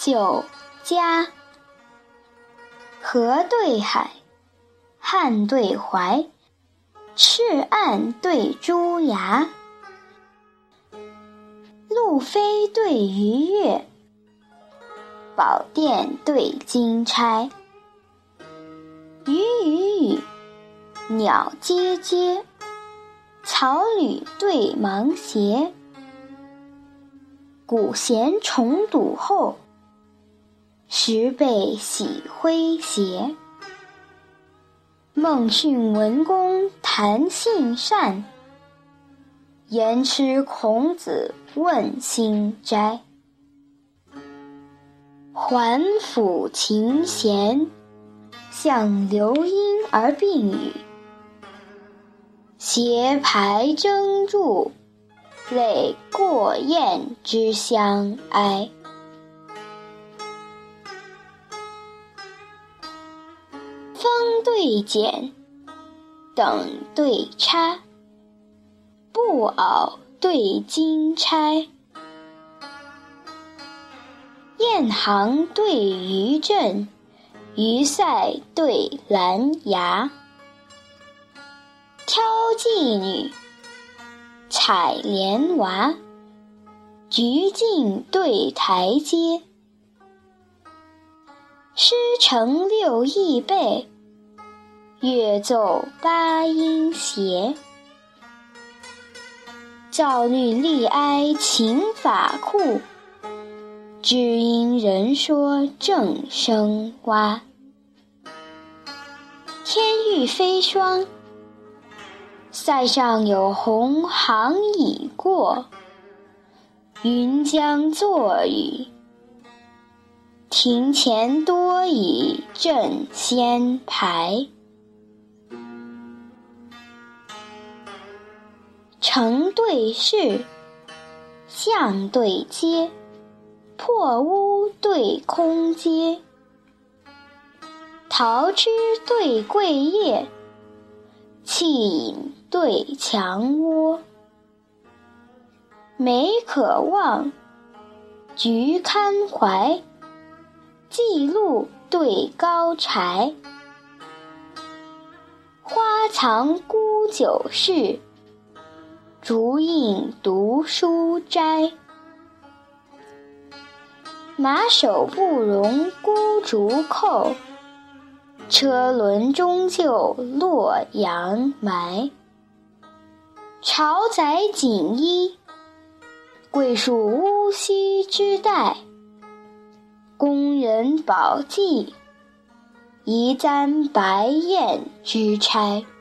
9家。河对海，汉对淮，赤岸对朱崖，路飞对鱼跃，宝殿对金钗。鱼语语，鸟喈喈，草履对芒鞋。古弦重笃后，十倍洗诙谐。孟训文公谈性善，言痴孔子问心斋。环抚琴弦，向流音而并语。携排争柱，类过雁之相哀。风对剪，等对插，布袄对金钗。雁行对鱼阵，鱼塞对兰牙。挑妓女，采莲娃，菊径对台阶。诗成6艺背，乐奏8音协。赵律历哀琴法酷，只因人说正声蛙。天欲飞霜，塞上有鸿行已过。云将作雨，庭前多已正先排。城对市，巷对街，破屋对空阶。桃枝对桂叶，气饮对墙窝。梅可望，菊堪怀，寄露对高柴。花藏沽酒室，竹影读书斋。马首不容孤竹扣，车轮终究洛阳埋。朝载锦衣，桂树乌溪之带。宫人宝髻，宜簪白燕之钗。